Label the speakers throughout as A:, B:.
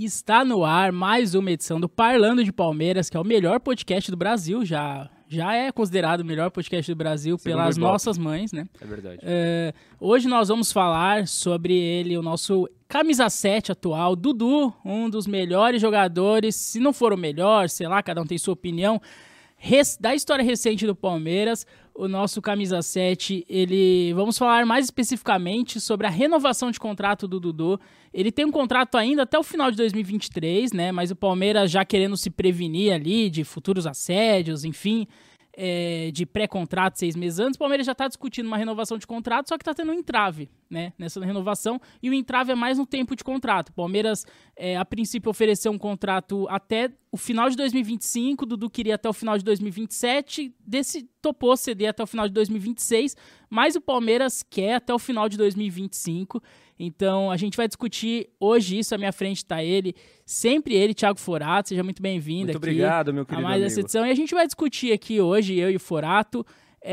A: Está no ar mais uma edição do Parlando de Palmeiras, que é o melhor podcast do Brasil, já é considerado o melhor podcast do Brasil pelas nossas mães, né?
B: É verdade.
A: Hoje nós vamos falar sobre ele, o nosso camisa 7 atual, Dudu, um dos melhores jogadores, se não for o melhor, sei lá, cada um tem sua opinião, da história recente do Palmeiras. O nosso camisa 7, vamos falar mais especificamente sobre a renovação de contrato do Dudu. Ele tem um contrato ainda até o final de 2023, né? Mas o Palmeiras já querendo se prevenir ali de futuros assédios, enfim, de pré-contrato 6 meses antes, o Palmeiras já está discutindo uma renovação de contrato, só que está tendo um entrave, né, nessa renovação, e o entrave é mais no tempo de contrato. O Palmeiras, a princípio, ofereceu um contrato até o final de 2025, o Dudu queria até o final de 2027, topou ceder até o final de 2026, mas o Palmeiras quer até o final de 2025, então a gente vai discutir hoje isso. À minha frente está sempre ele, Thiago Forato, seja muito bem-vindo aqui.
B: Muito obrigado, meu querido
A: a mais
B: amigo.
A: essa edição, e a gente vai discutir aqui hoje, eu e o Forato,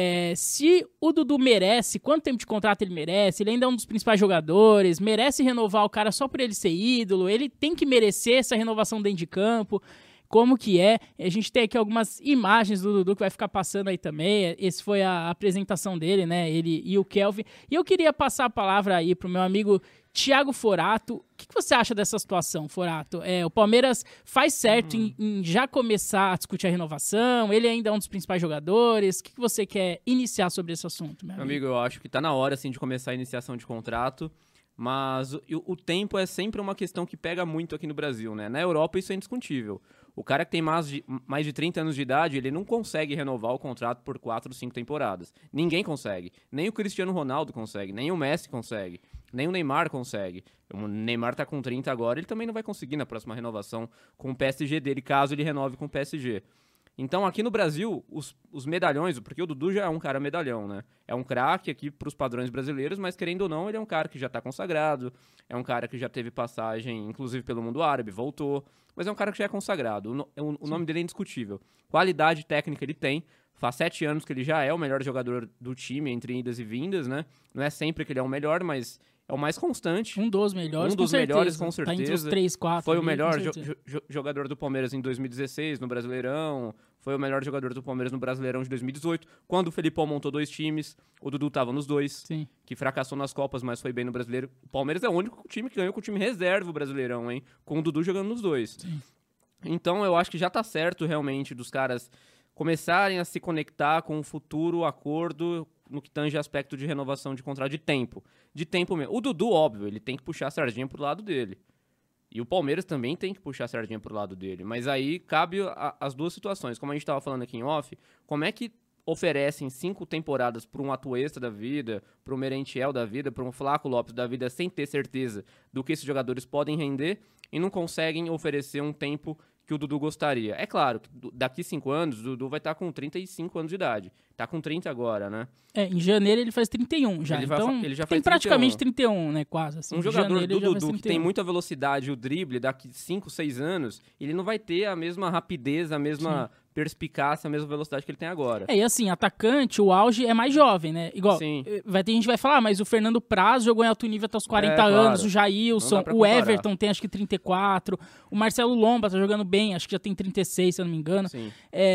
A: se o Dudu merece, quanto tempo de contrato ele merece, ele ainda é um dos principais jogadores, merece renovar o cara só por ele ser ídolo, ele tem que merecer essa renovação dentro de campo, como que é. A gente tem aqui algumas imagens do Dudu que vai ficar passando aí também. Esse foi a apresentação dele, né? Ele e o Kelvin. E eu queria passar a palavra aí pro meu amigo Thiago Forato. O que você acha dessa situação, Forato? O Palmeiras faz certo em já começar a discutir a renovação? Ele ainda é um dos principais jogadores. O que você quer iniciar sobre esse assunto, meu amigo?
B: Eu acho que tá na hora, assim, de começar a iniciação de contrato. Mas o tempo é sempre uma questão que pega muito aqui no Brasil, né? Na Europa isso é indiscutível. O cara que tem mais de 30 anos de idade, ele não consegue renovar o contrato por 4 ou 5 temporadas. Ninguém consegue. Nem o Cristiano Ronaldo consegue, nem o Messi consegue, nem o Neymar consegue. O Neymar tá com 30 agora, ele também não vai conseguir na próxima renovação com o PSG dele, caso ele renove com o PSG. Então, aqui no Brasil, os medalhões, porque o Dudu já é um cara medalhão, né? É um craque aqui para os padrões brasileiros, mas querendo ou não, ele é um cara que já está consagrado, é um cara que já teve passagem, inclusive pelo mundo árabe, voltou, mas é um cara que já é consagrado. O nome dele é indiscutível. Qualidade técnica ele tem, faz 7 anos que ele já é o melhor jogador do time, entre idas e vindas, né? Não é sempre que ele é o melhor, mas é o mais constante.
A: Um dos melhores,
B: com certeza.
A: Tá entre os 3, 4.
B: Foi o melhor jogador do Palmeiras em 2016, no Brasileirão. Foi o melhor jogador do Palmeiras no Brasileirão de 2018. Quando o Felipão montou 2 times, o Dudu tava nos 2.
A: Sim.
B: Que fracassou nas Copas, mas foi bem no Brasileiro. O Palmeiras é o único time que ganhou com o time reserva o Brasileirão, hein? Com o Dudu jogando nos 2.
A: Sim.
B: Então eu acho que já tá certo realmente dos caras começarem a se conectar com o futuro acordo no que tange aspecto de renovação de contrato de tempo. De tempo mesmo. O Dudu, óbvio, ele tem que puxar a sardinha pro lado dele. E o Palmeiras também tem que puxar a sardinha pro lado dele. Mas aí cabe as duas situações. Como a gente estava falando aqui em off, como é que oferecem 5 temporadas para um Atuesta da vida, para um Merentiel da vida, para um Flaco Lopes da vida, sem ter certeza do que esses jogadores podem render, e não conseguem oferecer um tempo que o Dudu gostaria. É claro que daqui 5 anos, o Dudu vai estar com 35 anos de idade. Tá com 30 agora, né?
A: Em janeiro ele faz 31 já. Ele já tem praticamente 31, né? Quase. Assim.
B: Um jogador do Dudu que tem muita velocidade, o drible, daqui 5, 6 anos, ele não vai ter a mesma rapidez, a mesma perspicácia, a mesma velocidade que ele tem agora.
A: E assim, atacante, o auge é mais jovem, né? Igual, vai ter gente que vai falar, mas o Fernando Praz jogou em alto nível até os 40 anos, claro. O Jailson, o Everton tem acho que 34, o Marcelo Lomba tá jogando bem, acho que já tem 36, se eu não me engano.
B: Sim.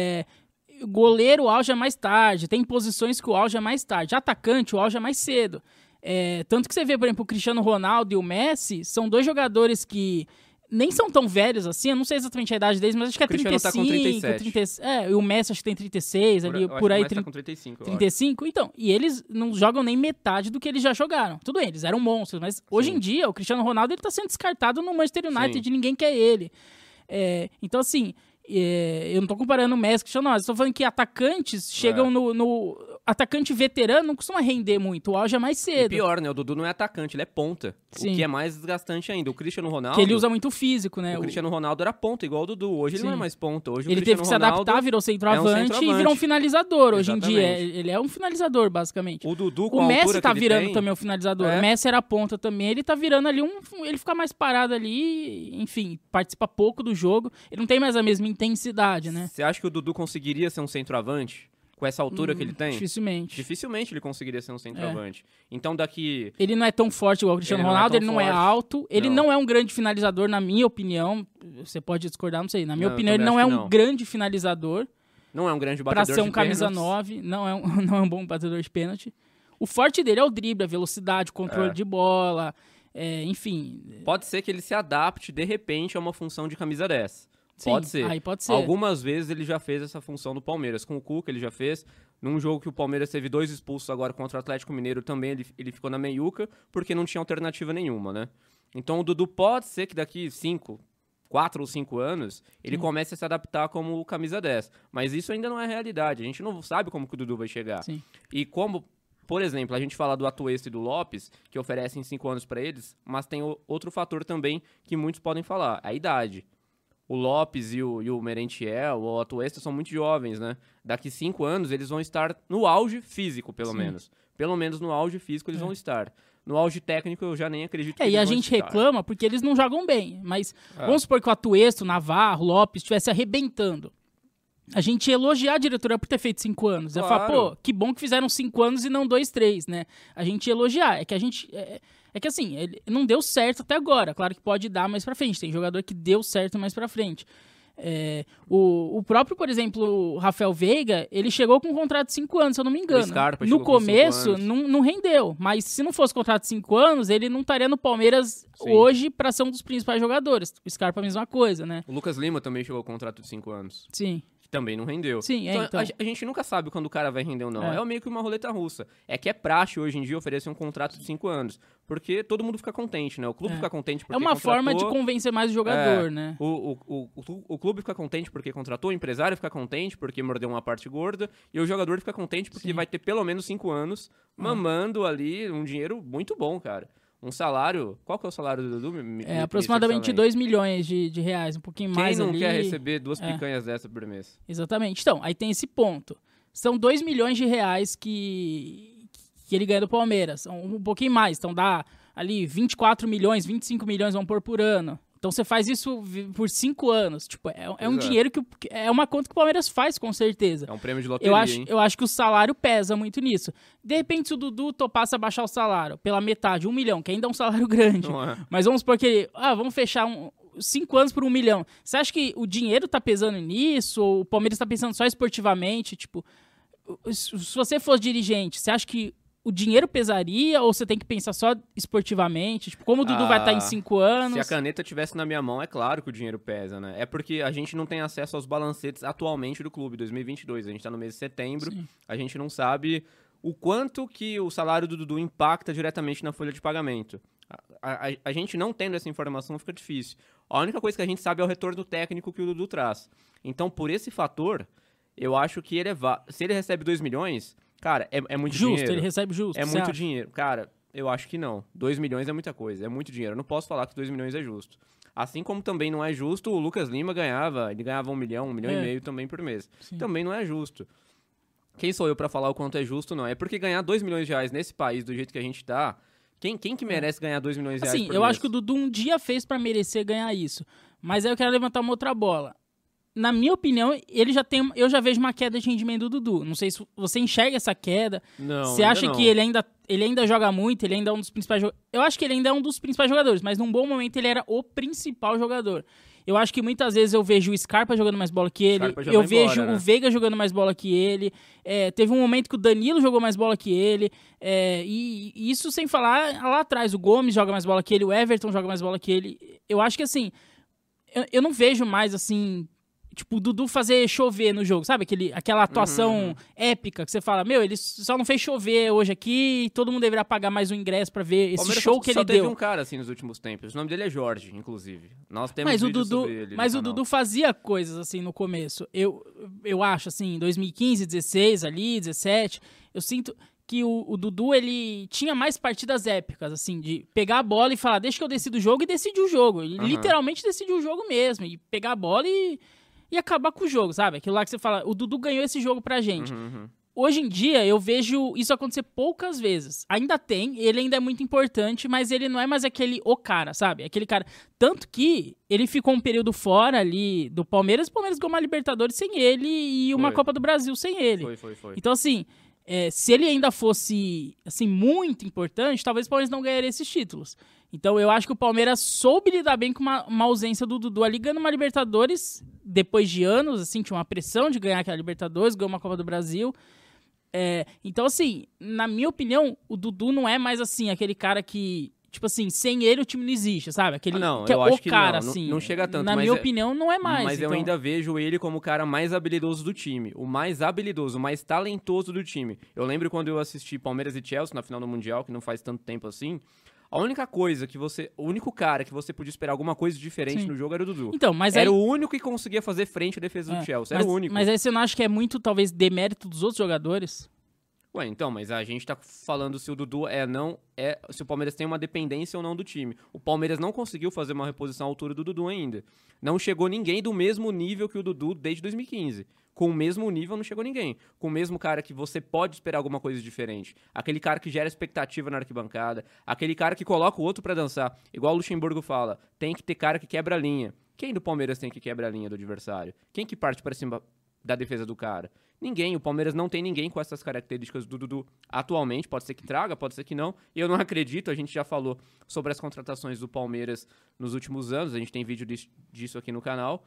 A: Goleiro, o auge é mais tarde, tem posições que o auge é mais tarde. Atacante, o auge é mais cedo. Tanto que você vê, por exemplo, o Cristiano Ronaldo e o Messi, são 2 jogadores que nem são tão velhos assim, eu não sei exatamente a idade deles, mas acho que é 35,
B: tá com 37.
A: E o Messi acho que tem 36, por aí.
B: O Messi tá com 35.
A: 35, então, e eles não jogam nem metade do que eles já jogaram. Tudo bem, eles eram monstros, mas hoje em dia, o Cristiano Ronaldo, ele tá sendo descartado no Manchester United, ninguém quer ele. Então, assim, eu não tô comparando o Messi com o Cristiano Ronaldo, estou falando que atacantes chegam no atacante veterano não costuma render muito, o auge é mais cedo.
B: E pior, né? O Dudu não é atacante, ele é ponta. Sim. O que é mais desgastante ainda. O Cristiano Ronaldo...
A: Que ele usa muito físico, né?
B: O Cristiano Ronaldo era ponta, igual o Dudu. Hoje ele não é mais ponta. Hoje
A: ele teve que se adaptar, virou centroavante e virou um finalizador. Hoje em dia, ele é um finalizador, basicamente.
B: O Dudu, com
A: o Messi tá
B: que
A: virando também um finalizador. O Messi era ponta também. Ele tá virando ali ele fica mais parado ali, enfim, participa pouco do jogo. Ele não tem mais a mesma intensidade, né?
B: Você acha que o Dudu conseguiria ser um centroavante? com essa altura que ele tem?
A: Dificilmente.
B: Dificilmente ele conseguiria ser um centroavante. Então daqui...
A: Ele não é tão forte igual o Cristiano Ronaldo, ele não é alto, ele não é um grande finalizador, na minha opinião. Você pode discordar, não sei. Na minha opinião, ele não é um grande finalizador.
B: Não é um grande batedor de
A: pênalti. Pra ser um camisa 9, não é um bom batedor de pênalti. O forte dele é o drible, a velocidade, o controle de bola, enfim.
B: Pode ser que ele se adapte, de repente, a uma função de camisa 10.
A: Sim,
B: pode ser.
A: Aí pode ser.
B: Algumas vezes ele já fez essa função do Palmeiras. Com o Cuca ele já fez. Num jogo que o Palmeiras teve 2 expulsos agora contra o Atlético Mineiro também ele ficou na meiuca, porque não tinha alternativa nenhuma, né? Então o Dudu pode ser que daqui 4 ou 5 anos ele comece a se adaptar como camisa 10. Mas isso ainda não é realidade. A gente não sabe como que o Dudu vai chegar.
A: Sim.
B: E como... Por exemplo, a gente fala do Atuesta e do Lopes, que oferecem 5 anos para eles, mas tem outro fator também que muitos podem falar, a idade. O Lopes e o Merentiel, o Atuesta são muito jovens, né? Daqui 5 anos eles vão estar no auge físico, pelo menos. Pelo menos no auge físico eles vão estar. No auge técnico eu já nem acredito que eles
A: e a
B: vão
A: gente
B: estar.
A: reclama porque eles não jogam bem, mas vamos supor que o Atuesta, o Navarro, o Lopes estivesse arrebentando. A gente ia elogiar a diretoria por ter feito 5 anos.
B: Claro.
A: Eu falar, pô, que bom que fizeram 5 anos e não 2, 3, né? A gente ia elogiar. É que a gente... É que assim, ele não deu certo até agora. Claro que pode dar mais pra frente. Tem jogador que deu certo mais pra frente. O próprio, por exemplo, o Rafael Veiga, ele chegou com um contrato de 5 anos, se eu não me engano.
B: O Scarpa
A: no
B: chegou com 5
A: começo,
B: anos.
A: não rendeu. Mas se não fosse contrato de 5 anos, ele não estaria no Palmeiras hoje pra ser um dos principais jogadores. O Scarpa, a mesma coisa, né?
B: O Lucas Lima também chegou com contrato de 5 anos.
A: Sim.
B: Que também não rendeu.
A: Sim,
B: então. A gente nunca sabe quando o cara vai render ou não. É meio que uma roleta russa. É que é praxe hoje em dia oferecer um contrato de 5 anos. Porque todo mundo fica contente, né? O clube fica contente porque
A: uma forma de convencer mais o jogador, né?
B: O clube fica contente porque contratou, o empresário fica contente porque mordeu uma parte gorda, e o jogador fica contente porque vai ter pelo menos 5 anos mamando ali um dinheiro muito bom, cara. Um salário... Qual que é o salário do Dudu?
A: Aproximadamente 2 milhões de reais, um pouquinho mais ali.
B: Quem não quer receber 2 picanhas dessa por mês?
A: Exatamente. Então, aí tem esse ponto. São 2 milhões de reais que ele ganha do Palmeiras. Um pouquinho mais. Então dá ali 24 milhões, 25 milhões vão pôr por ano. Então você faz isso por 5 anos. Tipo, é um dinheiro que... É uma conta que o Palmeiras faz, com certeza.
B: É um prêmio de loteria,
A: eu acho que o salário pesa muito nisso. De repente, se o Dudu topasse a baixar o salário pela metade, 1 milhão, que ainda é um salário grande.
B: Não é.
A: Mas vamos supor que ele... vamos fechar 5 anos por 1 milhão. Você acha que o dinheiro tá pesando nisso? Ou o Palmeiras tá pensando só esportivamente? Tipo, se você fosse dirigente, você acha que o dinheiro pesaria ou você tem que pensar só esportivamente? Tipo, como o Dudu vai estar em 5 anos?
B: Se a caneta tivesse na minha mão, é claro que o dinheiro pesa, né? É porque a gente não tem acesso aos balancetes atualmente do clube, 2022. A gente tá no mês de setembro, a gente não sabe o quanto que o salário do Dudu impacta diretamente na folha de pagamento. A gente não tendo essa informação fica difícil. A única coisa que a gente sabe é o retorno técnico que o Dudu traz. Então, por esse fator, eu acho que se ele recebe 2 milhões... Cara, é muito dinheiro.
A: Justo, ele recebe justo.
B: É muito dinheiro. Cara, eu acho que não. 2 milhões é muita coisa, é muito dinheiro. Eu não posso falar que 2 milhões é justo. Assim como também não é justo, o Lucas Lima ganhava 1 milhão, 1 milhão e meio também por mês.
A: Sim.
B: Também não é justo. Quem sou eu pra falar o quanto é justo, não? É porque ganhar 2 milhões de reais nesse país, do jeito que a gente tá... Quem que merece ganhar 2 milhões de reais por mês?
A: Eu acho que o Dudu um dia fez pra merecer ganhar isso. Mas aí eu quero levantar uma outra bola. Na minha opinião, eu já vejo uma queda de rendimento do Dudu. Não sei se você enxerga essa queda.
B: Não,
A: você acha que ele ainda joga muito, ele ainda é um dos principais jogadores. Eu acho que ele ainda é um dos principais jogadores, mas num bom momento ele era o principal jogador. Eu acho que muitas vezes eu vejo o Scarpa jogando mais bola que ele, eu vejo o Veiga jogando mais bola que ele, teve um momento que o Danilo jogou mais bola que ele, e isso sem falar lá atrás, o Gomes joga mais bola que ele, o Everton joga mais bola que ele. Eu acho que assim, eu não vejo mais assim... Tipo, o Dudu fazer chover no jogo, sabe? Aquela atuação épica que você fala, ele só não fez chover hoje aqui e todo mundo deveria pagar mais um ingresso pra ver esse show que ele deu.
B: Só teve um cara assim nos últimos tempos. O nome dele é Jorge, inclusive. Nós temos vídeos sobre ele.
A: Mas o Dudu fazia coisas assim no começo. Eu acho, assim, em 2015, 16 ali, 17, eu sinto que o Dudu, ele tinha mais partidas épicas, assim, de pegar a bola e falar, deixa que eu decido o jogo, e decidir o jogo. Ele literalmente decidiu o jogo mesmo, e pegar a bola e acabar com o jogo, sabe? Aquilo lá que você fala, o Dudu ganhou esse jogo pra gente. hoje em dia, eu vejo isso acontecer poucas vezes. Ainda tem, ele ainda é muito importante, mas ele não é mais o cara, sabe? Aquele cara. Tanto que ele ficou um período fora ali do Palmeiras, o Palmeiras ganhou uma Libertadores sem ele e uma Copa do Brasil sem ele.
B: Foi.
A: Então, assim, se ele ainda fosse, assim, muito importante, talvez o Palmeiras não ganharia esses títulos. Então, eu acho que o Palmeiras soube lidar bem com uma ausência do Dudu ali, ganhando uma Libertadores, depois de anos, assim, tinha uma pressão de ganhar aquela Libertadores, ganhou uma Copa do Brasil. Então, assim, na minha opinião, o Dudu não é mais, assim, aquele cara que, tipo assim, sem ele o time não existe, sabe? Aquele
B: não,
A: que
B: eu
A: é
B: acho
A: o
B: que
A: cara,
B: não,
A: assim.
B: não chega tanto.
A: Na minha opinião, não é mais.
B: Mas
A: então...
B: eu ainda vejo ele como o cara mais habilidoso do time. O mais habilidoso, o mais talentoso do time. Eu lembro quando eu assisti Palmeiras e Chelsea na final do Mundial, que não faz tanto tempo assim. A única coisa que você... O único cara que você podia esperar alguma coisa diferente no jogo era o Dudu.
A: Então, mas
B: era
A: aí...
B: o único que conseguia fazer frente à defesa do Chelsea. Era o único.
A: Mas aí você não acha que é muito, talvez, demérito dos outros jogadores?
B: Ué, então, mas a gente tá falando se o Dudu se o Palmeiras tem uma dependência ou não do time. O Palmeiras não conseguiu fazer uma reposição à altura do Dudu ainda. Não chegou ninguém do mesmo nível que o Dudu desde 2015. Com o mesmo nível não chegou ninguém. Com o mesmo cara que você pode esperar alguma coisa diferente. Aquele cara que gera expectativa na arquibancada. Aquele cara que coloca o outro pra dançar. Igual o Luxemburgo fala, tem que ter cara que quebra a linha. Quem do Palmeiras tem que quebra a linha do adversário? Quem que parte pra cima da defesa do cara? Ninguém, o Palmeiras não tem ninguém com essas características do Dudu atualmente, pode ser que traga, pode ser que não, eu não acredito, a gente já falou sobre as contratações do Palmeiras nos últimos anos, a gente tem vídeo disso aqui no canal,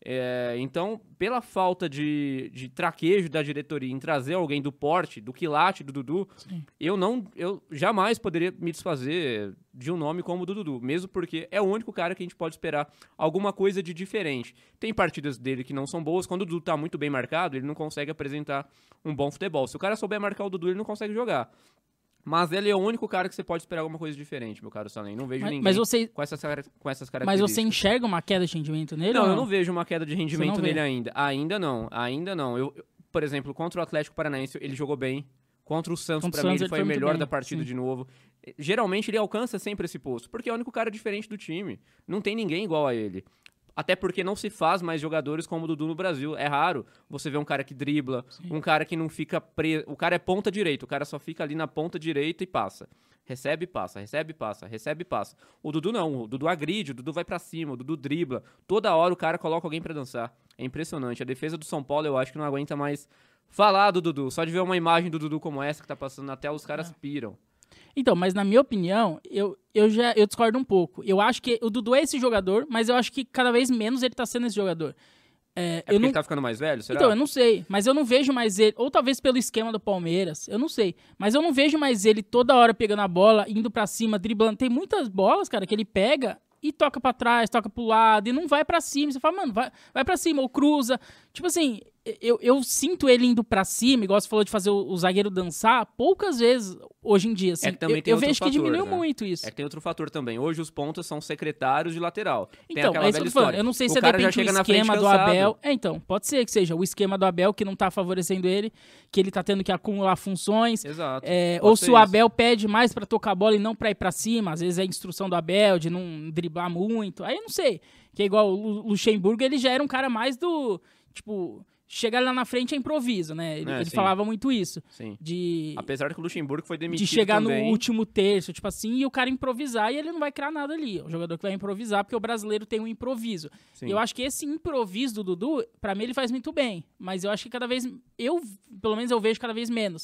B: então, pela falta de traquejo da diretoria em trazer alguém do porte, do quilate do Dudu, eu jamais poderia me desfazer de um nome como o do Dudu, mesmo porque é o único cara que a gente pode esperar alguma coisa de diferente. Tem partidas dele que não são boas, quando o Dudu tá muito bem marcado, ele não consegue apresentar um bom futebol. Se o cara souber marcar o Dudu, ele não consegue jogar. Mas ele é o único cara que você pode esperar alguma coisa diferente, meu caro Salem. Não vejo ninguém com essas características.
A: Mas você enxerga uma queda de rendimento nele?
B: Não, eu não vejo uma queda de rendimento nele ainda. Ainda não. Eu, por exemplo, contra o Atlético Paranaense, ele jogou bem. Contra o Santos, pra mim, ele foi o melhor da partida de novo. Geralmente, ele alcança sempre esse posto, porque é o único cara diferente do time. Não tem ninguém igual a ele. Até porque não se faz mais jogadores como o Dudu no Brasil. É raro você ver um cara que dribla, um cara que não fica preso. O cara é ponta direita, o cara só fica ali na ponta direita e passa. Recebe, passa, recebe, passa, recebe, passa. O Dudu não, o Dudu agride, o Dudu vai pra cima, o Dudu dribla. Toda hora o cara coloca alguém pra dançar. É impressionante. A defesa do São Paulo eu acho que não aguenta mais falar do Dudu. Só de ver uma imagem do Dudu como essa que tá passando na tela, os caras piram.
A: Então, mas na minha opinião, eu discordo um pouco. Eu acho que o Dudu é esse jogador, mas eu acho que cada vez menos ele tá sendo esse jogador.
B: Porque ele tá ficando mais velho, será?
A: Então, eu não sei, mas eu não vejo mais ele, ou talvez pelo esquema do Palmeiras, eu não sei, mas eu não vejo mais ele toda hora pegando a bola, indo pra cima, driblando. Tem muitas bolas, cara, que ele pega e toca pra trás, toca pro lado, e não vai pra cima. Você fala, mano, vai pra cima, ou cruza. Tipo assim, eu sinto ele indo pra cima, igual você falou de fazer o zagueiro dançar, poucas vezes hoje em dia. Assim, eu vejo que diminuiu muito isso.
B: É que tem outro fator também. Hoje os pontas são secretários de lateral.
A: Então, é isso que eu tô falando. Eu não sei se é de repente o esquema do Abel... então, pode ser que seja o esquema do Abel que não tá favorecendo ele, que ele tá tendo que acumular funções.
B: Exato.
A: Ou se o Abel pede mais pra tocar a bola e não pra ir pra cima, às vezes é a instrução do Abel de não driblar muito. Aí eu não sei. Que é igual o Luxemburgo, ele já era um cara mais do... Tipo... Chegar lá na frente é improviso, né? Ele falava muito isso.
B: Sim.
A: De...
B: Apesar que o Luxemburgo foi demitido
A: de chegar
B: também.
A: No último terço, tipo assim, e o cara improvisar e ele não vai criar nada ali. É o jogador que vai improvisar, porque o brasileiro tem um improviso. E eu acho que esse improviso do Dudu, pra mim, ele faz muito bem. Mas eu acho que cada vez... pelo menos eu vejo cada vez menos.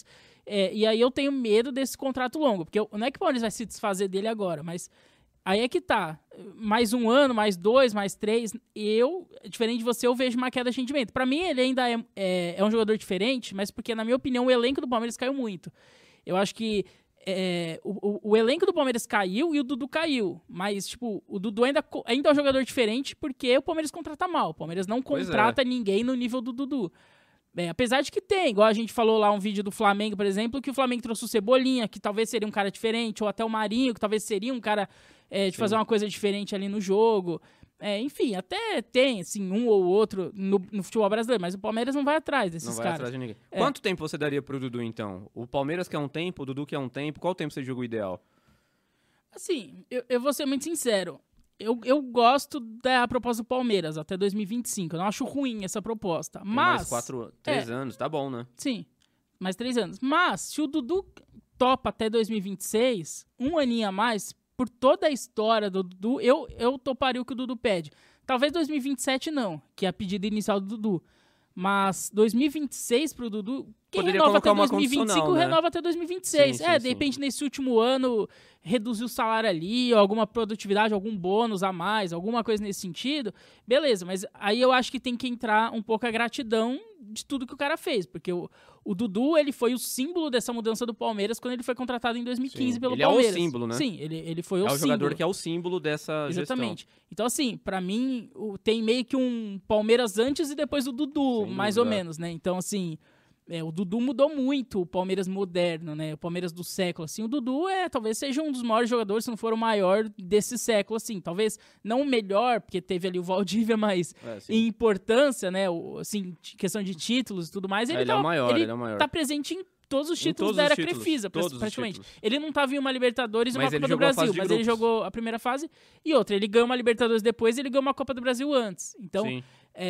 A: E aí eu tenho medo desse contrato longo, porque não é que o Palmeiras vai se desfazer dele agora, mas... Aí é que tá. Mais um ano, mais 2, mais 3. Diferente de você, eu vejo uma queda de rendimento. Pra mim, ele ainda é um jogador diferente, mas porque, na minha opinião, o elenco do Palmeiras caiu muito. Eu acho que o elenco do Palmeiras caiu e o Dudu caiu. Mas, tipo, o Dudu ainda é um jogador diferente porque o Palmeiras contrata mal. O Palmeiras não contrata ninguém no nível do Dudu. Apesar de que tem, igual a gente falou lá um vídeo do Flamengo, por exemplo, que o Flamengo trouxe o Cebolinha, que talvez seria um cara diferente, ou até o Marinho, que talvez seria um cara de fazer uma coisa diferente ali no jogo. Enfim, até tem, assim, um ou outro no futebol brasileiro, mas o Palmeiras não vai atrás desses caras. Não vai
B: atrás de ninguém. Quanto tempo você daria pro Dudu, então? O Palmeiras quer um tempo, o Dudu quer um tempo. Qual tempo você julga o ideal?
A: Assim, eu vou ser muito sincero. Eu gosto da proposta do Palmeiras até 2025. Eu não acho ruim essa proposta. Mas...
B: Mais 3 anos, tá bom, né?
A: Sim. Mais 3 anos. Mas, se o Dudu topa até 2026, um aninho a mais, por toda a história do Dudu, eu toparia o que o Dudu pede. Talvez 2027 não, que é a pedida inicial do Dudu. Mas 2026 pro Dudu, quem
B: Poderia
A: renova até
B: colocar uma
A: 2025,
B: condicional, né?
A: renova até 2026.
B: Sim,
A: De repente, nesse último ano, reduzir o salário ali, ou alguma produtividade, algum bônus a mais, alguma coisa nesse sentido, beleza. Mas aí eu acho que tem que entrar um pouco a gratidão de tudo que o cara fez. Porque o Dudu, ele foi o símbolo dessa mudança do Palmeiras quando ele foi contratado em 2015
B: Sim,
A: pelo
B: ele
A: Palmeiras.
B: é o símbolo, né?
A: Sim, ele foi o símbolo.
B: É o jogador que é o símbolo dessa
A: Exatamente.
B: gestão.
A: Então, assim, pra mim, tem meio que um Palmeiras antes e depois do Dudu,
B: Sem
A: mais
B: dúvida.
A: ou menos, né? Então, assim, o Dudu mudou muito o Palmeiras moderno, né? O Palmeiras do século, assim. O Dudu talvez seja um dos maiores jogadores, se não for o maior desse século, assim. Talvez não o melhor, porque teve ali o Valdívia, mas
B: Sim.
A: em importância, né? Assim, questão de títulos e tudo mais, ele
B: é o maior, ele é o maior.
A: tá presente em todos os títulos
B: todos
A: da
B: os
A: era
B: títulos,
A: Crefisa,
B: todos os
A: praticamente.
B: títulos.
A: Ele não tava em uma Libertadores e uma
B: Mas ele
A: Copa do
B: jogou a fase
A: Brasil,
B: de
A: mas ele
B: grupos.
A: jogou a primeira fase e outra. Ele ganhou uma Libertadores depois e ele ganhou uma Copa do Brasil antes. Então,
B: Sim.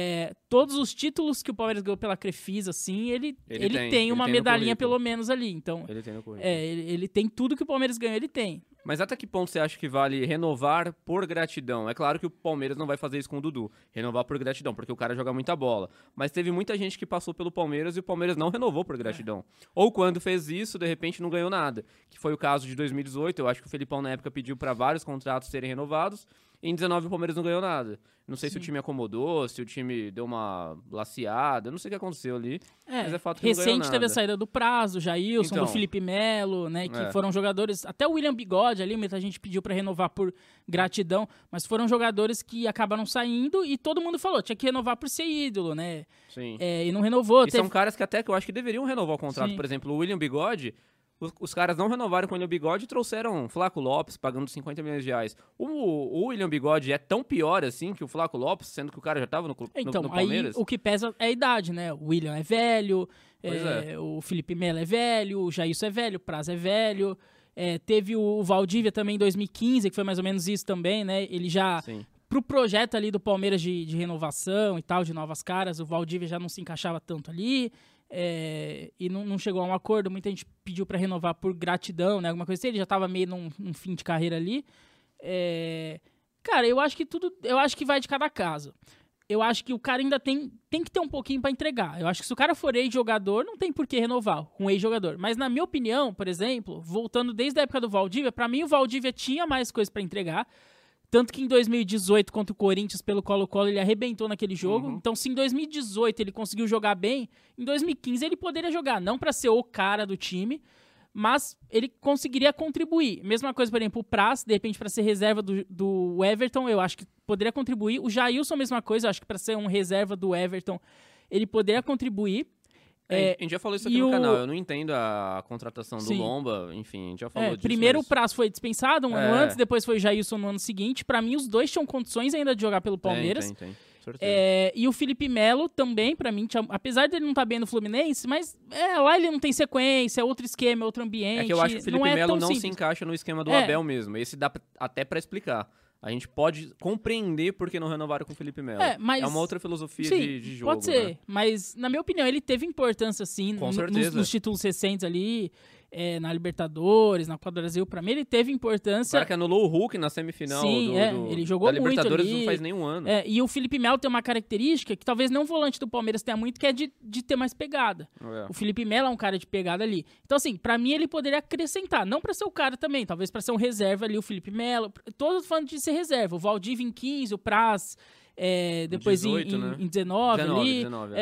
A: todos os títulos que o Palmeiras ganhou pela Crefisa, assim, ele
B: tem,
A: tem uma
B: ele tem no
A: medalhinha
B: currículo.
A: pelo menos ali. Então,
B: Ele tem no currículo.
A: ele tem tudo que o Palmeiras ganhou, ele tem.
B: Mas até que ponto você acha que vale renovar por gratidão? É claro que o Palmeiras não vai fazer isso com o Dudu, renovar por gratidão, porque o cara joga muita bola. Mas teve muita gente que passou pelo Palmeiras e o Palmeiras não renovou por gratidão. Ou quando fez isso, de repente não ganhou nada. Que foi o caso de 2018, eu acho que o Felipão na época pediu para vários contratos serem renovados. Em 19 o Palmeiras não ganhou nada. Não sei se o time acomodou, se o time deu uma laceada, eu não sei o que aconteceu ali. Mas é fato que não ganhou
A: recente
B: nada.
A: teve a saída do Prazo, Jailson,
B: Então.
A: do Felipe Melo, né, que foram jogadores, até o William Bigode ali, muita gente pediu pra renovar por gratidão, mas foram jogadores que acabaram saindo e todo mundo falou, tinha que renovar por ser ídolo, né?
B: Sim.
A: E não renovou.
B: E são caras que até que eu acho que deveriam renovar o contrato.
A: Sim.
B: Por exemplo, o William Bigode, os caras não renovaram com o William Bigode e trouxeram Flaco Lopes pagando 50 milhões de reais. O William Bigode é tão pior assim que o Flaco Lopes, sendo que o cara já tava no
A: Então,
B: no
A: aí
B: Palmeiras?
A: o que pesa é a idade, né? O William é velho,
B: Pois
A: o Felipe Melo é velho, o Jailson é velho, o Praz é velho. Teve o Valdívia também em 2015, que foi mais ou menos isso também, né? Ele já...
B: Sim.
A: Pro projeto ali do Palmeiras de renovação e tal, de novas caras, o Valdívia já não se encaixava tanto ali. E não chegou a um acordo. Muita gente pediu para renovar por gratidão, né? Alguma coisa assim. Ele já estava meio num fim de carreira ali. Cara, eu acho que vai de cada caso. Eu acho que o cara ainda tem que ter um pouquinho para entregar. Eu acho que se o cara for ex-jogador, não tem por que renovar com ex-jogador. Mas na minha opinião, por exemplo, voltando desde a época do Valdívia, para mim o Valdívia tinha mais coisa para entregar. Tanto que em 2018, contra o Corinthians, pelo Colo-Colo, ele arrebentou naquele jogo. Então, se em 2018 ele conseguiu jogar bem, em 2015 ele poderia jogar. Não para ser o cara do time, mas ele conseguiria contribuir. Mesma coisa, por exemplo, o Praz, de repente, para ser reserva do Everton, eu acho que poderia contribuir. O Jailson, mesma coisa, eu acho que para ser um reserva do Everton, ele poderia contribuir.
B: A gente já falou isso aqui no canal, eu não entendo a contratação do
A: Sim.
B: Lomba, enfim, a gente já falou disso.
A: Primeiro
B: mas...
A: o Praz foi dispensado um ano antes, depois foi o Jailson no ano seguinte. Pra mim, os dois tinham condições ainda de jogar pelo Palmeiras.
B: Tem. Certeza.
A: E o Felipe Melo também, pra mim, apesar dele não estar bem no Fluminense, mas lá ele não tem sequência, é outro esquema, é outro ambiente.
B: É que eu acho que o Felipe Melo não se encaixa no esquema do Abel mesmo. Esse dá até pra explicar. A gente pode compreender por que não renovaram com o Felipe Melo.
A: Mas...
B: É uma outra filosofia
A: Sim,
B: de jogo.
A: pode ser,
B: né?
A: Mas na minha opinião ele teve importância sim
B: Com certeza.
A: nos títulos recentes ali, na Libertadores, na Copa do Brasil. Pra mim ele teve
B: O
A: importância.
B: cara que anulou o Hulk na semifinal
A: Sim, ele jogou
B: da
A: muito
B: Libertadores
A: ali.
B: não faz nenhum ano.
A: E o Felipe Melo tem uma característica que talvez não o volante do Palmeiras tenha muito, que é de ter mais pegada. O Felipe Melo é um cara de pegada ali. Então, assim, pra mim ele poderia acrescentar. Não pra ser o cara também, talvez pra ser um reserva ali, o Felipe Melo. Todos falando de ser reserva. O Valdívia em 15, o Praz... depois
B: 18,
A: em 19 ali,
B: 19,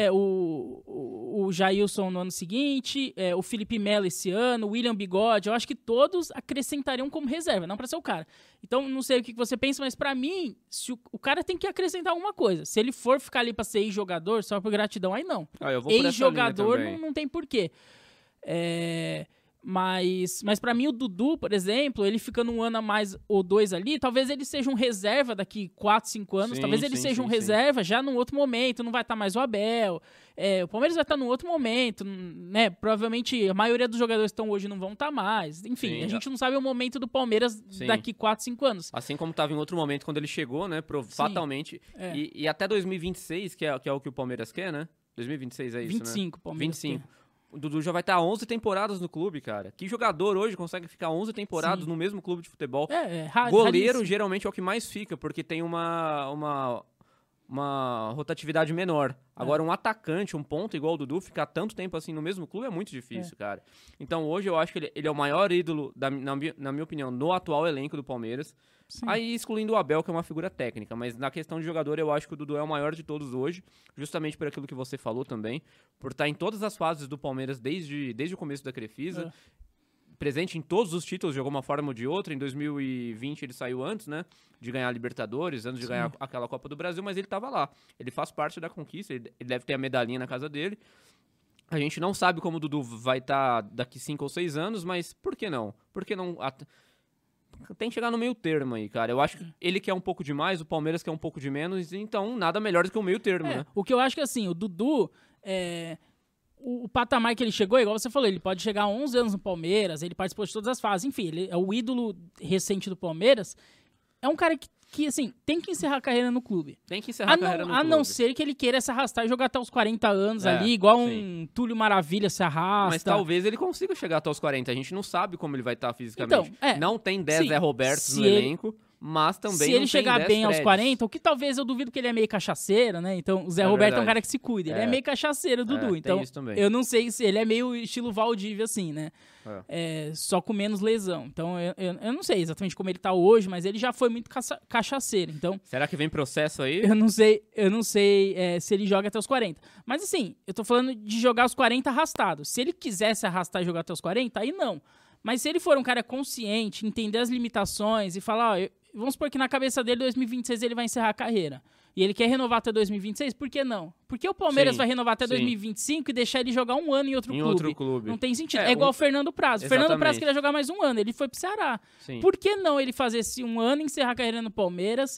A: o Jailson no ano seguinte, o Felipe Melo esse ano, o William Bigode, eu acho que todos acrescentariam como reserva, não pra ser o cara. Então, não sei o que você pensa, mas pra mim, se o cara tem que acrescentar alguma coisa. Se ele for ficar ali pra ser ex-jogador, só por gratidão, aí não.
B: Eu vou por essa linha
A: Ex-jogador
B: também.
A: não tem porquê. Mas pra mim o Dudu, por exemplo, ele ficando um ano a mais ou dois ali, talvez ele seja um reserva daqui 4, 5 anos, talvez ele seja um reserva já num outro momento, não vai estar mais o Abel, o Palmeiras vai estar num outro momento, né? Provavelmente a maioria dos jogadores que estão hoje não vão estar mais, enfim, a gente não sabe o momento do Palmeiras daqui 4, 5 anos.
B: Assim como estava em outro momento quando ele chegou, né, fatalmente, e até 2026, que é o que o Palmeiras quer, né? 2026 é isso,
A: 25,
B: né?
A: Palmeiras
B: 25. O Dudu já vai estar 11 temporadas no clube, cara. Que jogador hoje consegue ficar 11 temporadas no mesmo clube de futebol? Goleiro
A: raríssimo.
B: geralmente é o que mais fica, porque tem uma rotatividade menor. Agora, um atacante, um ponta igual o Dudu, ficar tanto tempo assim no mesmo clube é muito difícil, cara. Então, hoje eu acho que ele é o maior ídolo, na minha opinião, no atual elenco do Palmeiras.
A: Sim.
B: Aí, excluindo o Abel, que é uma figura técnica. Mas na questão de jogador, eu acho que o Dudu é o maior de todos hoje, justamente por aquilo que você falou também, por estar em todas as fases do Palmeiras desde o começo da Crefisa. Presente em todos os títulos de alguma forma ou de outra. Em 2020 ele saiu antes, né, de ganhar a Libertadores, antes de ganhar aquela Copa do Brasil, mas ele estava lá. Ele faz parte da conquista, ele deve ter a medalhinha na casa dele. A gente não sabe como o Dudu vai estar daqui 5 ou 6 anos, mas por que não? Por que não... Tem que chegar no meio termo aí, cara. Eu acho que ele quer um pouco de mais, o Palmeiras quer um pouco de menos, então nada melhor do que o meio termo, né?
A: O que eu acho que, assim, o Dudu... O patamar que ele chegou, igual você falou, ele pode chegar a 11 anos no Palmeiras, ele participou de todas as fases, enfim, ele é o ídolo recente do Palmeiras. É um cara que assim, tem que encerrar a carreira no clube.
B: Tem que encerrar a carreira no clube.
A: A não ser que ele queira se arrastar e jogar até os 40 anos ali, igual um Túlio Maravilha se arrasta.
B: Mas talvez ele consiga chegar até os 40, a gente não sabe como ele vai estar fisicamente. Então, não tem 10 Zé Robertos no elenco. Mas também
A: se ele chegar bem aos 40, o que talvez eu duvido que ele é meio cachaceiro, né? Então, o Zé Roberto é um cara que se cuida. Ele é meio cachaceiro, Dudu. Então, eu não sei se ele é meio estilo Valdívia, assim, né? Só com menos lesão. Então, eu não sei exatamente como ele tá hoje, mas ele já foi muito cachaceiro. Então,
B: será que vem processo aí?
A: Eu não sei se ele joga até os 40. Mas, assim, eu tô falando de jogar os 40 arrastados. Se ele quiser se arrastar e jogar até os 40, aí não. Mas se ele for um cara consciente, entender as limitações e falar, vamos supor que na cabeça dele, 2026, ele vai encerrar a carreira. E ele quer renovar até 2026, por que não? Por que o Palmeiras vai renovar até 2025 e deixar ele jogar um ano em outro clube? Não tem sentido. É igual o Fernando Praz. O Fernando Praz queria jogar mais um ano, ele foi pro Ceará.
B: Sim.
A: Por que não ele fazer esse um ano e encerrar a carreira no Palmeiras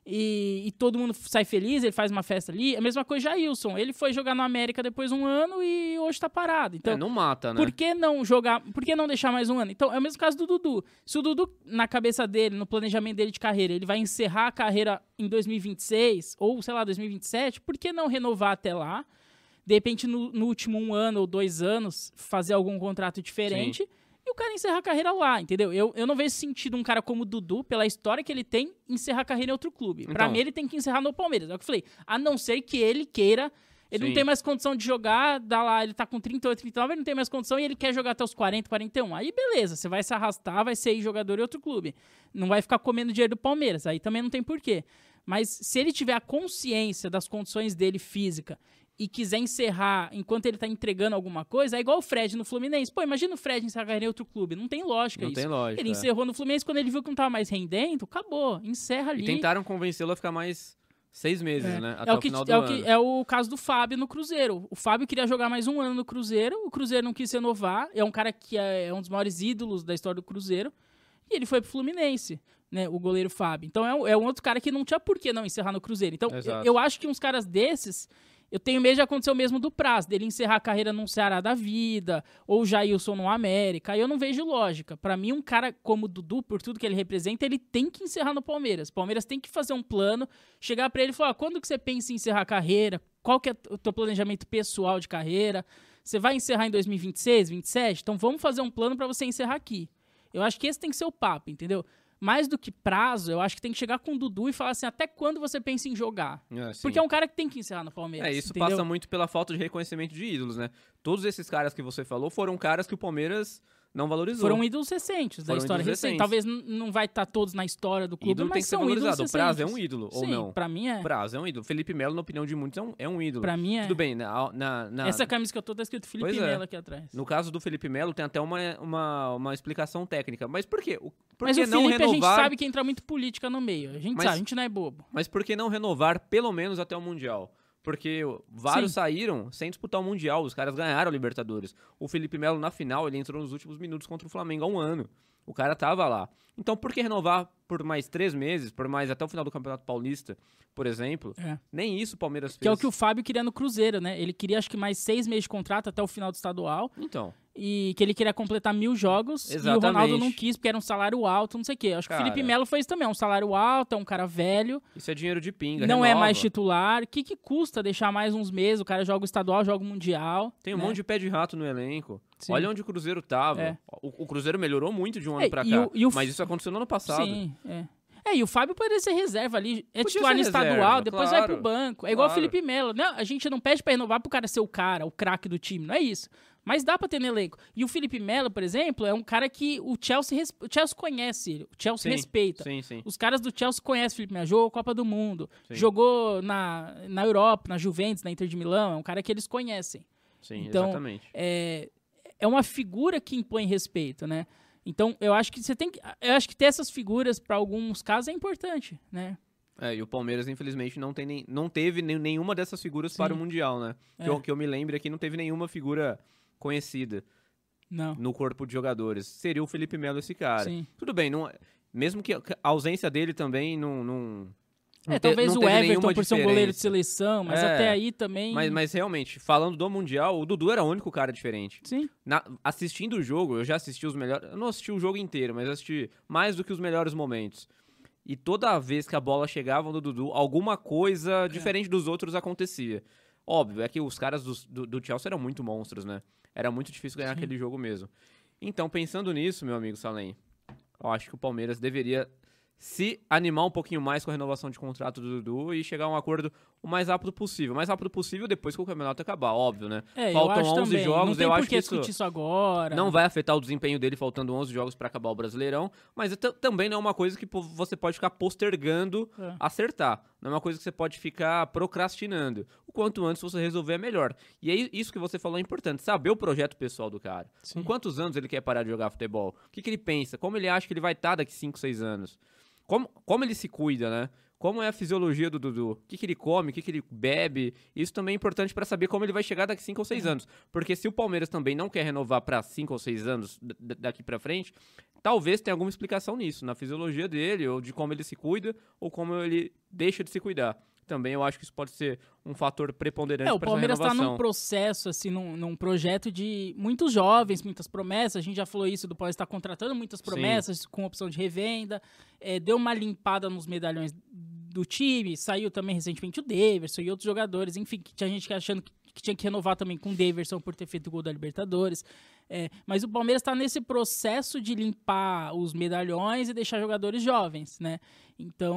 A: e todo mundo sai feliz, ele faz uma festa ali? A mesma coisa Jailson. Ele foi jogar no América depois de um ano e hoje tá parado. Então,
B: não mata, né?
A: Por que não jogar? Por que não deixar mais um ano? Então, é o mesmo caso do Dudu. Se o Dudu, na cabeça dele, no planejamento dele de carreira, ele vai encerrar a carreira em 2026 ou, sei lá, 2027, por que não renovar até lá? De repente, no último 1 ano ou 2 anos, fazer algum contrato diferente. Sim. E o cara encerrar a carreira lá, entendeu? Eu não vejo sentido um cara como o Dudu, pela história que ele tem, encerrar a carreira em outro clube. Então, pra mim, ele tem que encerrar no Palmeiras. É o que eu falei. A não ser que ele queira... Ele não tem mais condição de jogar, ele tá com 38, 39, ele não tem mais condição e ele quer jogar até os 40, 41. Aí, beleza, você vai se arrastar, vai ser jogador em outro clube. Não vai ficar comendo dinheiro do Palmeiras. Aí também não tem porquê. Mas se ele tiver a consciência das condições dele física e quiser encerrar enquanto ele tá entregando alguma coisa, é igual o Fred no Fluminense. Pô, imagina o Fred encerrar a carreira em outro clube. Não tem lógica isso.
B: Não tem lógica.
A: Ele encerrou no Fluminense, quando ele viu que não tava mais rendendo, acabou, encerra ali.
B: E tentaram convencê-lo a ficar mais 6 meses, né? Até o final do ano.
A: É o caso do Fábio no Cruzeiro. O Fábio queria jogar mais um ano no Cruzeiro, o Cruzeiro não quis renovar, é um cara que é um dos maiores ídolos da história do Cruzeiro, e ele foi pro Fluminense, né? O goleiro Fábio. Então é um outro cara que não tinha por que não encerrar no Cruzeiro. Então eu acho que uns caras desses... Eu tenho medo de acontecer o mesmo do Praz, dele encerrar a carreira num Ceará da vida, ou o Jailson no América, aí eu não vejo lógica. Pra mim, um cara como o Dudu, por tudo que ele representa, ele tem que encerrar no Palmeiras. O Palmeiras tem que fazer um plano, chegar pra ele e falar, quando que você pensa em encerrar a carreira? Qual que é o teu planejamento pessoal de carreira? Você vai encerrar em 2026, 2027? Então vamos fazer um plano pra você encerrar aqui. Eu acho que esse tem que ser o papo, entendeu? Mais do que prazo, eu acho que tem que chegar com o Dudu e falar assim, até quando você pensa em jogar? Porque é um cara que tem que encerrar no Palmeiras.
B: Isso
A: entendeu?
B: Passa muito pela falta de reconhecimento de ídolos, né? Todos esses caras que você falou foram caras que o Palmeiras não valorizou.
A: Foram ídolos recentes da história recente. Talvez não vai estar todos na história do clube,
B: ídolo
A: mas
B: tem que ser
A: são ídolos recentes.
B: O Praz é um ídolo, ou não?
A: Pra mim é.
B: O Praz é um ídolo. Felipe Melo, na opinião de muitos, é um ídolo.
A: Pra mim é.
B: Tudo bem,
A: Essa camisa que eu tô tá escrito Felipe Melo aqui atrás.
B: No caso do Felipe Melo, tem até uma explicação técnica. Mas por quê?
A: Mas o Felipe, a gente sabe que entra muito política no meio. A gente sabe, a gente não é bobo.
B: Mas por que não renovar pelo menos até o Mundial? Porque vários saíram sem disputar o Mundial. Os caras ganharam a Libertadores. O Felipe Melo, na final, ele entrou nos últimos minutos contra o Flamengo há um ano. O cara tava lá. Então, por que renovar por mais 3 meses, por mais até o final do Campeonato Paulista, por exemplo? Nem isso o Palmeiras fez.
A: Que é o que o Fábio queria no Cruzeiro, né? Ele queria, acho que, mais 6 meses de contrato até o final do estadual.
B: Então.
A: E que ele queria completar 1.000 jogos.
B: Exatamente.
A: E o Ronaldo não quis, porque era um salário alto, não sei o quê. Acho que o Felipe Melo fez também. É um salário alto, é um cara velho.
B: Isso é dinheiro de pinga,
A: não
B: renova.
A: é mais titular. O que custa deixar mais uns meses? O cara joga o estadual, joga o mundial.
B: Tem um monte de pé de rato no elenco.
A: Sim.
B: Olha onde o Cruzeiro tava. O Cruzeiro melhorou muito de um ano pra cá. Mas isso aconteceu no ano passado.
A: Sim, e o Fábio poderia ser reserva ali. É titular no estadual,
B: reserva,
A: depois vai pro banco. É igual o Felipe Melo. Não, a gente não pede pra renovar pro cara ser o cara, o craque do time. Não é isso. Mas dá pra ter no elenco. E o Felipe Melo, por exemplo, é um cara que o Chelsea conhece ele. O Chelsea respeita.
B: Sim.
A: Os caras do Chelsea conhecem o Felipe Melo. Jogou Copa do Mundo. Jogou na Europa, na Juventus, na Inter de Milão. É um cara que eles conhecem.
B: Sim,
A: então,
B: exatamente.
A: É uma figura que impõe respeito, né? Então, eu acho que eu acho que ter essas figuras para alguns casos é importante, né?
B: E o Palmeiras, infelizmente, não teve nenhuma dessas figuras para o Mundial, né? Que eu me lembre aqui, não teve nenhuma figura conhecida no corpo de jogadores. Seria o Felipe Melo esse cara.
A: Sim.
B: Tudo bem, mesmo que a ausência dele também não
A: talvez o Everton por ser um goleiro de
B: diferença.
A: seleção, mas até aí também...
B: Mas realmente, falando do Mundial, o Dudu era o único cara diferente.
A: Sim.
B: Assistindo o jogo, eu já assisti os melhores... Eu não assisti o jogo inteiro, mas assisti mais do que os melhores momentos. E toda vez que a bola chegava no Dudu, alguma coisa diferente dos outros acontecia. Óbvio, é que os caras do Chelsea eram muito monstros, né? Era muito difícil ganhar aquele jogo mesmo. Então, pensando nisso, meu amigo Salem, eu acho que o Palmeiras deveria se animar um pouquinho mais com a renovação de contrato do Dudu e chegar a um acordo o mais rápido possível. O mais rápido possível depois que o campeonato acabar, óbvio, né? Faltam 11
A: também.
B: jogos,
A: eu
B: acho que
A: discutir isso agora.
B: Não vai afetar o desempenho dele faltando 11 jogos para acabar o Brasileirão, mas também não é uma coisa que você pode ficar postergando acertar. Não é uma coisa que você pode ficar procrastinando. O quanto antes você resolver é melhor. E aí, isso que você falou é importante, saber o projeto pessoal do cara.
A: Sim.
B: Com quantos anos ele quer parar de jogar futebol? O que ele pensa? Como ele acha que ele vai estar daqui 5, 6 anos? Como ele se cuida, né? Como é a fisiologia do Dudu? O que ele come? O que ele bebe? Isso também é importante para saber como ele vai chegar daqui 5 ou 6 anos. Porque se o Palmeiras também não quer renovar para 5 ou 6 anos daqui para frente, talvez tenha alguma explicação nisso, na fisiologia dele, ou de como ele se cuida, ou como ele deixa de se cuidar. Também eu acho que isso pode ser um fator preponderante para essa renovação.
A: O Palmeiras está num processo, assim, num projeto de muitos jovens, muitas promessas. A gente já falou isso do Palmeiras estar contratando muitas promessas com opção de revenda. Deu uma limpada nos medalhões do time. Saiu também recentemente o Daverson e outros jogadores. Enfim, que tinha gente achando que tinha que renovar também com o Daverson por ter feito o gol da Libertadores. Mas o Palmeiras está nesse processo de limpar os medalhões e deixar jogadores jovens, né? Então...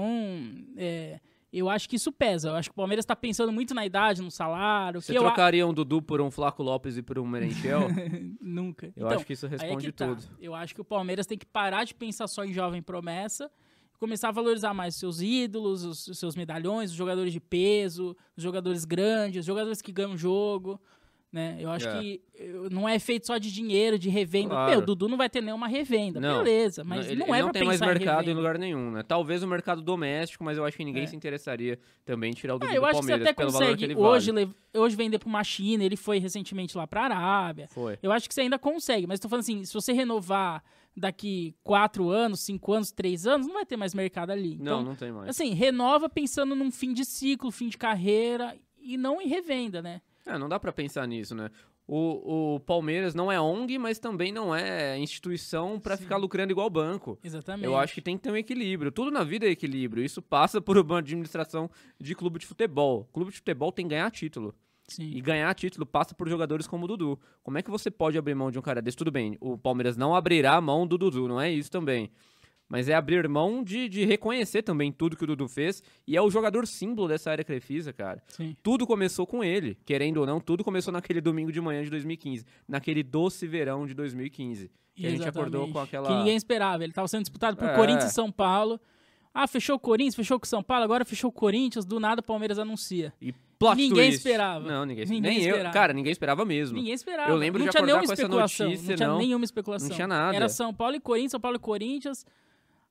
A: eu acho que isso pesa. Eu acho que o Palmeiras está pensando muito na idade, no salário.
B: Você trocaria um Dudu por um Flaco Lopes e por um Merentiel?
A: Nunca.
B: Eu acho que isso responde tudo.
A: Eu acho que o Palmeiras tem que parar de pensar só em jovem promessa e começar a valorizar mais os seus ídolos, os seus medalhões, os jogadores de peso, os jogadores grandes, os jogadores que ganham o jogo. Né? Eu acho que não é feito só de dinheiro, de revenda.
B: Claro.
A: O Dudu não vai ter nenhuma revenda, beleza, mas
B: ele
A: não é
B: não
A: pra
B: tem mais
A: pensar
B: mercado em lugar nenhum, né? Talvez o mercado doméstico, mas eu acho que ninguém se interessaria também em tirar o Dudu do Palmeiras.
A: Eu acho que você até
B: pelo valor que
A: consegue
B: ele
A: hoje vender pra uma China, ele foi recentemente lá pra Arábia.
B: Foi.
A: Eu acho que você ainda consegue, mas tô falando assim, se você renovar daqui 4 anos, 5 anos, 3 anos, não vai ter mais mercado ali. Então,
B: não tem mais.
A: Assim, renova pensando num fim de ciclo, fim de carreira e não em revenda, né?
B: Não dá pra pensar nisso, né? O Palmeiras não é ONG, mas também não é instituição para ficar lucrando igual banco.
A: Exatamente.
B: Eu acho que tem que ter um equilíbrio. Tudo na vida é equilíbrio. Isso passa por uma administração de clube de futebol. Clube de futebol tem que ganhar título.
A: Sim.
B: E ganhar título passa por jogadores como o Dudu. Como é que você pode abrir mão de um cara desse? Tudo bem, o Palmeiras não abrirá mão do Dudu, não é isso também. Mas é abrir mão de reconhecer também tudo que o Dudu fez. E é o jogador símbolo dessa área Crefisa, cara.
A: Sim.
B: Tudo começou com ele, querendo ou não, tudo começou naquele domingo de manhã de 2015. Naquele doce verão de 2015. Que a gente acordou com aquela...
A: Que ninguém esperava. Ele estava sendo disputado por Corinthians e São Paulo. Fechou o Corinthians, fechou com o São Paulo, agora fechou o Corinthians. Do nada o Palmeiras anuncia.
B: E plot
A: ninguém
B: twist.
A: esperava.
B: Não, ninguém
A: esperava.
B: Cara, ninguém esperava mesmo.
A: Ninguém esperava.
B: Eu lembro
A: não
B: de
A: tinha
B: acordar
A: nenhuma
B: com essa
A: especulação.
B: notícia.
A: Não tinha nenhuma especulação.
B: Não tinha nada.
A: Era São Paulo e Corinthians, São Paulo e Corinthians.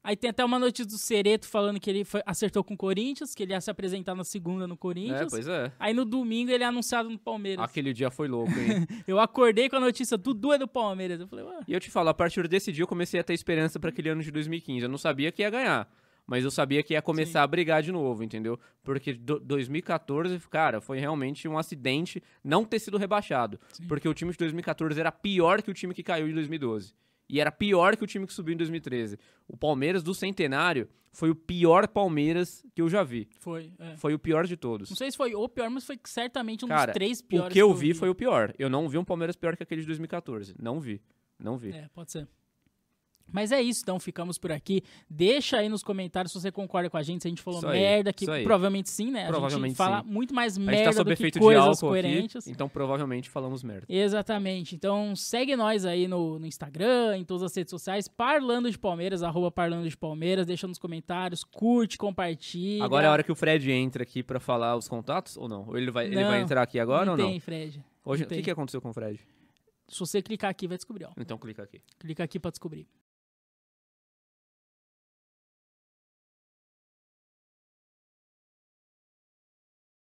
A: Aí tem até uma notícia do Cereto falando que ele acertou com o Corinthians, que ele ia se apresentar na segunda no Corinthians.
B: Pois é.
A: Aí no domingo ele é anunciado no Palmeiras.
B: Aquele dia foi louco, hein?
A: Eu acordei com a notícia, Dudu é do Palmeiras. Eu falei, ué.
B: E eu te falo, a partir desse dia eu comecei a ter esperança pra aquele ano de 2015. Eu não sabia que ia ganhar, mas eu sabia que ia começar a brigar de novo, entendeu? Porque 2014, cara, foi realmente um acidente não ter sido rebaixado.
A: Sim.
B: Porque o time de 2014 era pior que o time que caiu em 2012. E era pior que o time que subiu em 2013. O Palmeiras do Centenário foi o pior Palmeiras que eu já vi. Foi o pior de todos.
A: Não sei se foi o pior, mas foi certamente um
B: Cara,
A: dos 3 piores.
B: O que eu vi foi o pior. Eu não vi um Palmeiras pior que aquele de 2014. Não vi.
A: Pode ser. Mas é isso, então ficamos por aqui. Deixa aí nos comentários se você concorda com a gente, se a gente falou merda, que provavelmente sim, né? A gente fala muito mais merda do que coisas coerentes.
B: Aqui, então provavelmente falamos merda.
A: Exatamente. Então segue nós aí no Instagram, em todas as redes sociais, Parlando de Palmeiras, @Parlando de Palmeiras, deixa nos comentários, curte, compartilha.
B: Agora é a hora que o Fred entra aqui pra falar os contatos, ou não? Ou ele vai entrar aqui agora ou não?
A: Não tem, Fred.
B: Hoje, o que aconteceu com o Fred?
A: Se você clicar aqui, vai descobrir, ó.
B: Então clica aqui.
A: Clica aqui pra descobrir.